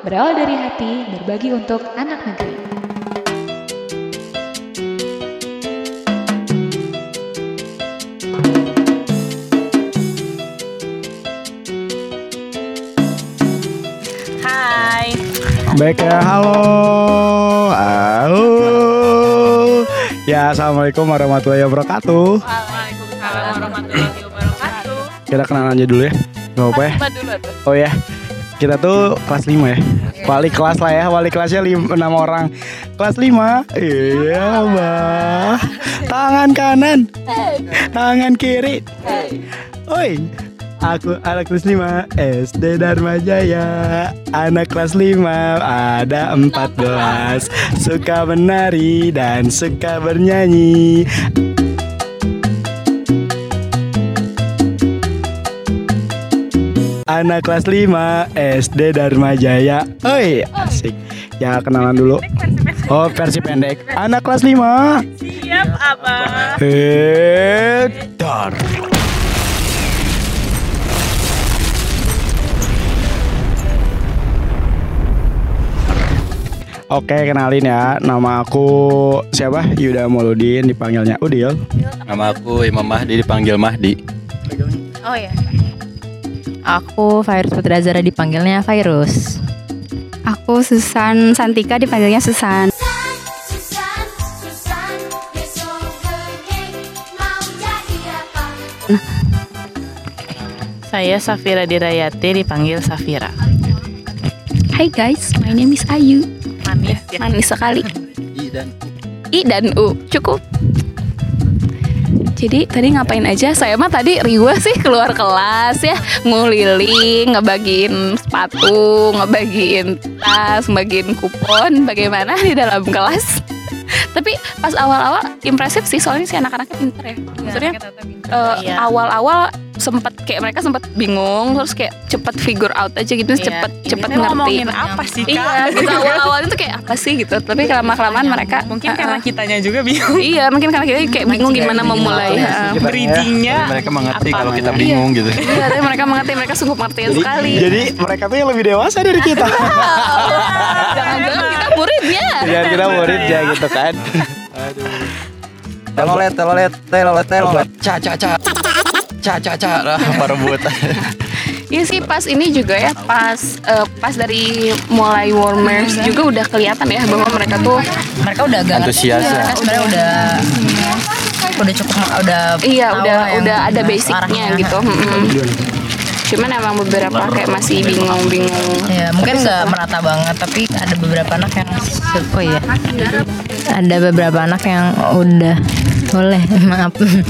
berawal dari hati, berbagi untuk anak negeri. Hai. Baik ya, halo. Ya, assalamualaikum warahmatullahi wabarakatuh. Waalaikumsalam warahmatullahi wabarakatuh. Kita kenalan aja dulu ya. Gak apa ya? Mas dulu tuh. Oh ya, kita tuh kelas 5 ya. Wali kelas lah ya, wali kelasnya 6 orang. Kelas 5. Iya, Mbak. Tangan kanan. Tangan kiri. Oi. Aku anak kelas 5 SD Dharma Jaya. Anak kelas 5 ada 14. Suka menari dan suka bernyanyi. Anak kelas 5 SD Dharma Jaya. Oi, asik. Ya kenalan dulu. Oh, versi pendek. Anak kelas 5. Siap, Abang. Dar. Oke, kenalin ya. Nama aku siapa? Yuda Mauludin, dipanggilnya Udil. Nama aku Imam Mahdi, dipanggil Mahdi. Oh ya. Aku Virus Putra Zara, dipanggilnya Virus. Aku Susan Santika, dipanggilnya Susan. Saya Safira Dirayati, dipanggil Safira. Hai guys, my name is Ayu. Manis ya. Manis sekali. I dan U, cukup. Jadi tadi ngapain aja? Saya mah tadi riwah sih keluar kelas ya, nguliling, ngebagiin sepatu, ngebagiin tas, ngebagiin kupon, bagaimana di dalam kelas. Tapi pas awal-awal impresif sih, soalnya si anak-anaknya pinter ya. Maksudnya Iya. awal-awal mereka sempat bingung, terus kayak cepet figure out aja gitu, cepet ngerti. Ngomongin apa sih, Kak? Iya, gitu awal-awalnya tuh kayak apa sih gitu. Tapi lama-kelamaan mereka Mungkin karena kitanya juga bingung. iya, mungkin karena kita kayak bingung gimana memulai. Bridging-nya Mereka mengerti apa? kalau kita bingung gitu. Iya, tapi mereka mengerti, mereka sungguh pengertian sekali. Jadi mereka tuh yang lebih dewasa dari kita. Jangan-jangan kita muridnya. Ya kita murid ya gitu kan. Telolet, ca, apa rebutan. Iya sih, pas ini juga ya, pas dari mulai warmers juga udah kelihatan ya bahwa mereka tuh Mereka udah agak Antusias ya. Mereka sebenarnya udah cukup iya tahu udah lah yang ada arahnya basicnya gitu. gitu. Cuman emang beberapa kayak masih bingung. Ya mungkin nggak merata banget, tapi ada beberapa anak yang ada beberapa anak yang udah boleh maaf.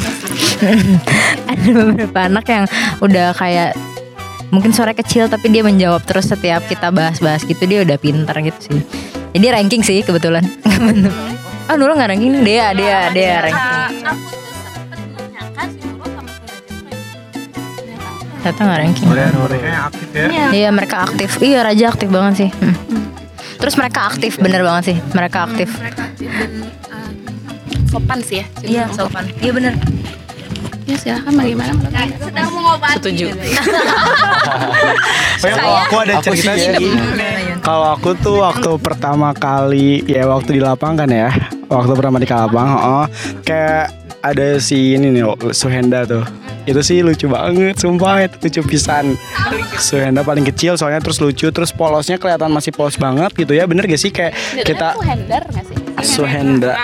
Ada beberapa anak yang udah kayak mungkin suara kecil tapi dia menjawab terus setiap kita bahas-bahas gitu, dia udah pintar gitu sih. Jadi ranking sih kebetulan. Dulu nggak ranking, dia ranking. Ternyata nggak ranking. aktif ya. Iya mereka aktif. Iya Raja aktif banget sih. Terus mereka aktif bener banget sih. Mereka aktif. Sopan sih ya. Iya sopan. Iya bener. Ya silahkan bagaimana menurut Anda? Sedang mengobati. Setuju. Kalau aku ada cerita sih. Kalau aku tuh waktu pertama kali ya waktu di lapangan ya. Waktu pertama di Kalabang, kayak ada si ini nih Suhenda tuh. Itu sih lucu banget, sumpah itu lucu pisan. Suhenda paling kecil soalnya, terus lucu, terus polosnya kelihatan masih polos banget gitu ya. Bener gak sih kayak kita Suhender nggak sih? Suhenda.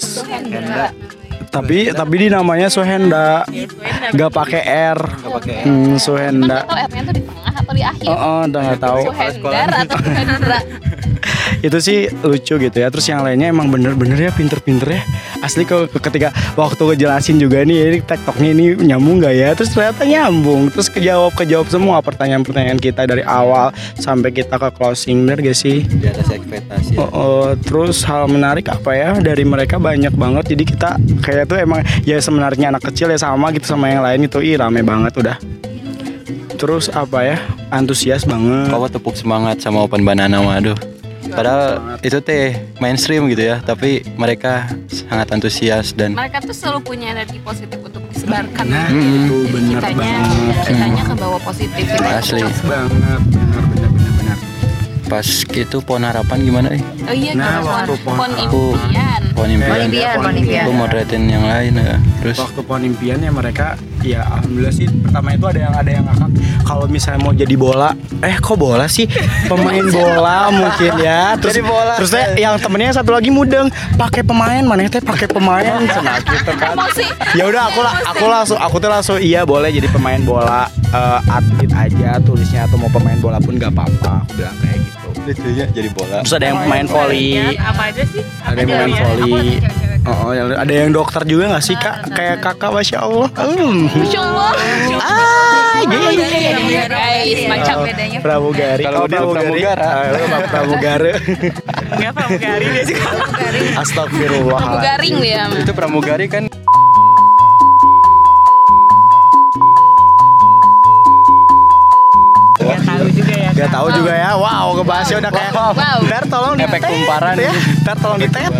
Tapi di namanya Suhenda, gak pakai R. Suhenda. Atau R-nya tuh di tengah atau di akhir? Udah nggak tahu. Suhender atau Suhendra? Itu sih lucu gitu ya. Terus yang lainnya emang bener-bener ya pinter-pinter ya. Asli kalau ketika waktu ngejelasin juga nih, ini TikToknya ini nyambung gak ya? Terus ternyata nyambung. Terus kejawab semua pertanyaan-pertanyaan kita dari awal sampai kita ke closing. Bener gak sih? Di atas ekspektasi. Terus hal menarik apa ya, dari mereka banyak banget. Jadi kita kayak tuh emang ya sebenarnya anak kecil ya sama gitu sama yang lain gitu. Rame banget udah. Terus apa ya, antusias banget. Kau tepuk semangat sama Open Banana, waduh. Padahal itu teh mainstream gitu ya, tapi mereka sangat antusias dan Mereka tuh selalu punya energi positif untuk disebarkan. Nah, itu bener banget. Kitanya ke bawah positif. asli. Banget, benar. pas itu Pon Harapan gimana Oh iya, Nah, kalau waktu pon Aku impian. Pon Impian. Pon impian. Aku moderatin yang lain ya. Terus Waktu Pon Impian ya mereka ya alhamdulillah sih pertama itu ada yang ngakak kalau misalnya mau jadi bola kok bola sih pemain bola mungkin ya terus terus yang temennya satu lagi mudeng pakai pemain mana teh pakai pemain cenah gitu kan ya udah aku tuh langsung iya boleh jadi pemain bola atlet aja tulisnya atau mau pemain bola pun gak apa-apa aku bilang kayak gitu lucunya jadi bola. terus ada yang pemain volley Apa aja sih? ada yang pemain volley ada yang dokter juga nggak sih kak kayak kakak masya Allah Masya Allah. Guys, macam bedanya. Pramugari. Kalau dia pramugara. Pramugara. Enggak pramugari dia juga. Astagfirullah. Kamu garing dia. Itu pramugari kan Gak tahu juga ya. Wow, ngebahasnya udah kayak Wow. Ntar tolong di efek kumparan ya. Ntar tolong di tet.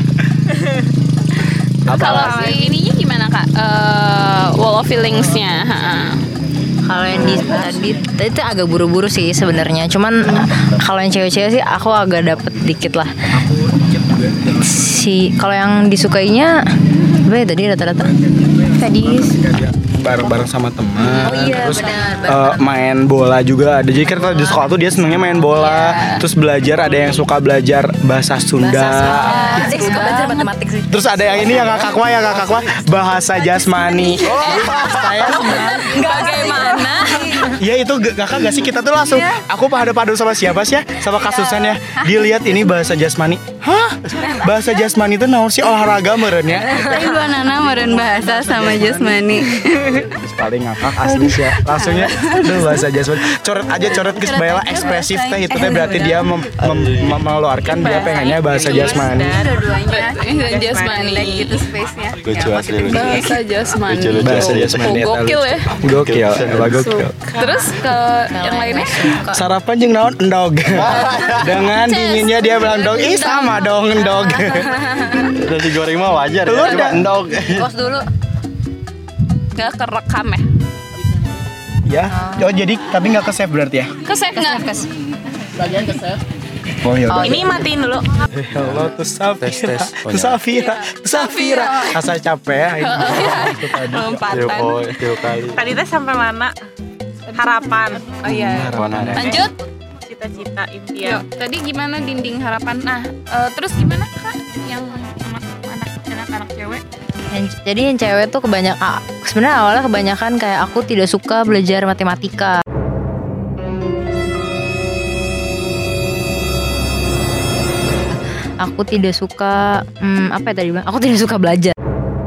Kalau si ininya gimana kak? Wall of feelingsnya. Kalau yang tadi itu agak buru-buru sih sebenarnya. Cuman kalau yang cewek-cewek sih aku agak dapet dikit lah. Kalau yang disukainya apa ya tadi rata-rata? Tadi Bareng-bareng sama teman. Oh iya, terus benar. main bola juga ada. Jadi kan kalau di sekolah tuh dia senengnya main bola. Terus belajar ada yang suka belajar bahasa Sunda. Ada yang suka belajar matematik sih. Terus ada yang ini yang kakak wah bahasa jasmani. Saya Bagaimana? ya itu kakak gak sih kita tuh langsung aku padu sama siapa sih ya sama kasusan ya dilihat ini bahasa jasmani. Hah? Bahasa jasmani itu naon sih olahraga meureun ya. Tapi dua nana meren bahasa sama jasmani. Terus paling ngakak asli sih ya. Langsungnya aduh bahasa jasmani. Coret geus bae lah ekspresif teh itu teh berarti dia mengeluarkan dia pengennya bahasa jasmani. Dua-duanya jasmani. Gitu space-nya. lucu asli lucu. Bahasa jasmani. Lucu, Bahasa jasmani. Oh, gokil ya. Gokil, emang gokil. Terus ke yang lainnya? Sarapan jeung naon endog. Dengan dinginnya dia bilang dog, ih sama dong endog. Udah digoreng mah wajar Telur ya. Cuma dah. endog. Kos dulu. Gak kerekam ya? Ya, oh jadi tapi nggak ke save berarti ya? Kesek nggak? Oh ya. Ini matiin dulu. Ya Allah tuh Safira, Tes. tuh Safira. Asa capek ya. Lompatan. Tiga kali. Tadi teh sampai mana? Harapan. Oh iya. Lanjut. Cita-cita Yuk, impian. tadi gimana dinding harapan? Nah, terus gimana kak yang anak-anak cewek? Jadi yang cewek tuh kebanyakan sebenarnya awalnya kebanyakan kayak aku tidak suka belajar matematika. Aku tidak suka apa ya tadi bilang? Aku tidak suka belajar.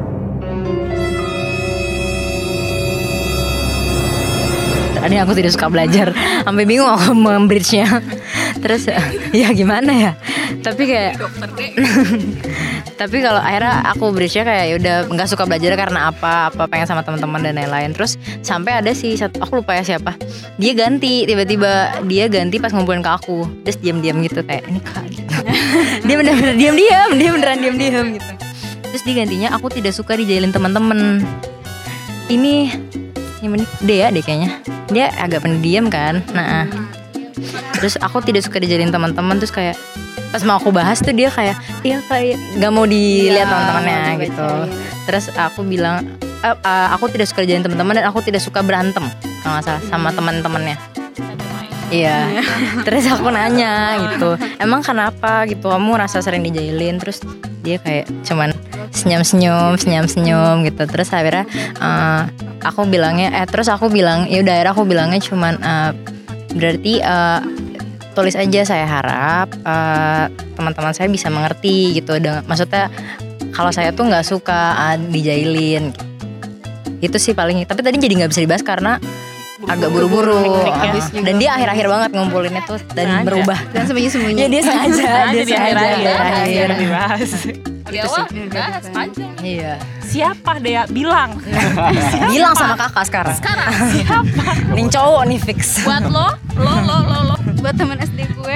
Ada yang aku tidak suka belajar. Sampai bingung aku membridge-nya. Terus ya gimana ya? Tapi kayak tapi kalau akhirnya aku bridge-nya kayak ya udah nggak suka belajar karena apa pengen sama teman-teman dan lain-lain. Terus sampai ada sih satu, aku lupa ya siapa. Dia ganti tiba-tiba dia ganti pas ngumpulin ke aku. Terus diam-diam gitu kayak ini kak gitu. Dia bener-bener diam-diam, dia beneran diam-diam gitu. Terus dia gantinya aku tidak suka dijailin teman-teman. Ini Dea deh kayaknya. Dia agak pendiam kan. Nah, terus aku tidak suka dijailin teman-teman. Terus kayak pas mau aku bahas tuh dia kayak iya kayak nggak mau dilihat teman-temannya gitu. Terus aku bilang aku tidak suka dijailin teman-teman dan aku tidak suka berantem kalau nggak salah sama teman-temannya. Iya. Terus aku nanya gitu, emang kenapa gitu kamu rasa sering dijailin? Terus dia kayak cuman senyum-senyum gitu. Terus akhirnya aku bilangnya terus aku bilang ya udah akhirnya aku bilangnya cuman berarti tulis aja saya harap teman-teman saya bisa mengerti gitu. Maksudnya kalau saya tuh nggak suka dijailin itu sih paling. Tapi tadi jadi nggak bisa dibahas karena agak buru-buru dan dia akhir-akhir banget ngumpulinnya tuh dan berubah dan sembunyi-sembunyi. Ya dia sengaja dia sengaja akhir dibahas. Di awal bahas panjang. Iya. Siapa Dea bilang? Bilang sama kakak sekarang. Siapa? Nih cowok nih fix. Buat lo buat teman SD gue.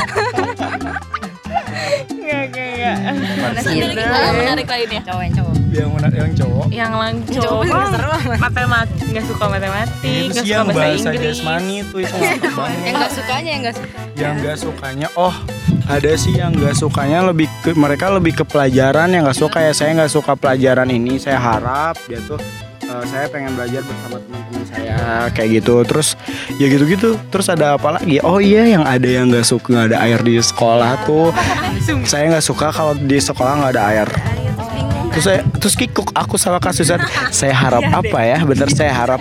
Enggak. Ada menarik lainnya. Cowok yang cowok. yang cowok. Yang lanjut matematik, nggak suka matematik, nggak suka yang bahasa bahasa Inggris. jasmani itu mantap banget. Yang nggak sukanya yang nggak suka. Yang nggak sukanya, oh ada sih yang nggak sukanya mereka lebih ke pelajaran. Yang nggak suka ya, saya nggak suka pelajaran ini. Saya harap dia tuh saya pengen belajar bersama teman-teman saya kayak gitu. Terus ya gitu-gitu. Terus ada apa lagi? Oh iya, yang ada yang nggak suka nggak ada air di sekolah tuh. Saya nggak suka kalau di sekolah nggak ada air. Terus kikuk aku sama Kak Susan. Saya harap apa ya? Bener, saya harap.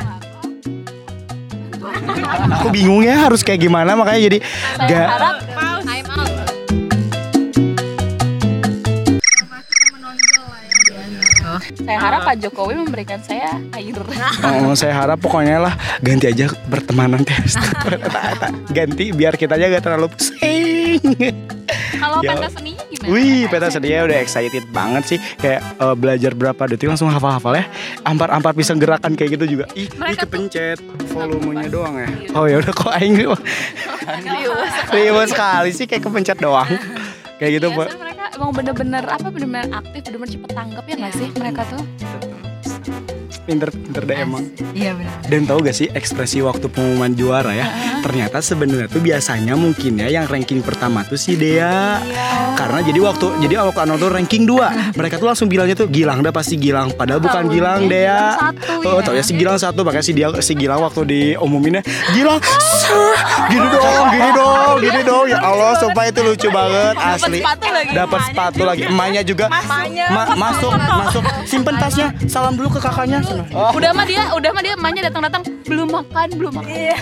Aku bingung ya harus kayak gimana, makanya jadi gak. I'm out. Saya harap Pak Jokowi memberikan saya air. Oh, saya harap pokoknya lah ganti aja pertemanan teh. Ganti biar kita aja gak terlalu pusing. Kalau Ya. pentas seninya gimana? Wih, peta sedia udah excited banget sih. Kayak belajar berapa detik langsung hafal-hafal ya. Ampar-ampar bisa gerakan kayak gitu juga. Ih, kepencet volumenya doang ya. Oh ya udah kok aing riwes sekali sih kayak kepencet doang. Kayak gitu, Pak. Biasanya mereka emang bener-bener aktif, bener-bener cepet tanggap ya nggak sih mereka tuh? Pinter deh emang. Iya benar. Dan tahu gak sih ekspresi waktu pengumuman juara ya? Ternyata sebenarnya tuh biasanya mungkin ya yang ranking pertama tuh si Dea. Karena jadi waktu Anol tuh ranking 2. Mereka tuh langsung bilangnya tuh Gilang, dah pasti Gilang. Padahal bukan Gilang, Dea. Oh, tau ya si Gilang 1, makanya si Gilang waktu diumuminnya Gilang. Gini dong. Ya Allah, sumpah itu lucu banget asli. Dapat sepatu lagi. Emaknya juga masuk. Simpen tasnya. Salam dulu ke kakaknya. Udah mah dia emaknya datang belum makan. Ya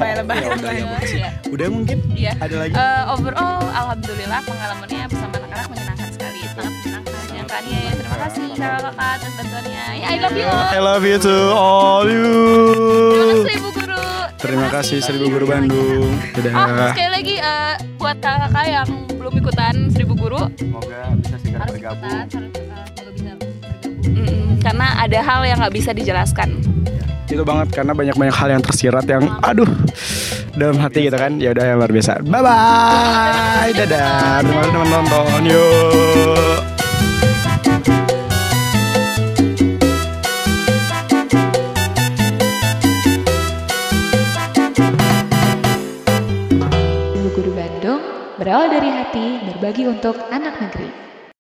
udah mungkin. Iya. Ada lagi. Overall alhamdulillah pengalamannya bersama anak-anak menyenangkan sekali, sangat menyenangkan ya kan ya. Terima kasih kakak atas bantuannya. Ya, I love you. I love you to all you. Terima kasih Ibu Guru. Terima kasih Seribu Guru Bandung. Dadah. Sekali lagi buat kakak yang belum ikutan Seribu Guru, Semoga bisa segera harus bergabung. ikutan, semoga bisa bergabung. Karena ada hal yang nggak bisa dijelaskan. Itu banget karena banyak hal yang tersirat yang aduh dalam hati gitu kan. Ya udah yang luar biasa. Bye bye. Dadah. Terima kasih teman nonton. Yuk. Ibu Guru Bandung berawal dari hati berbagi untuk anak negeri.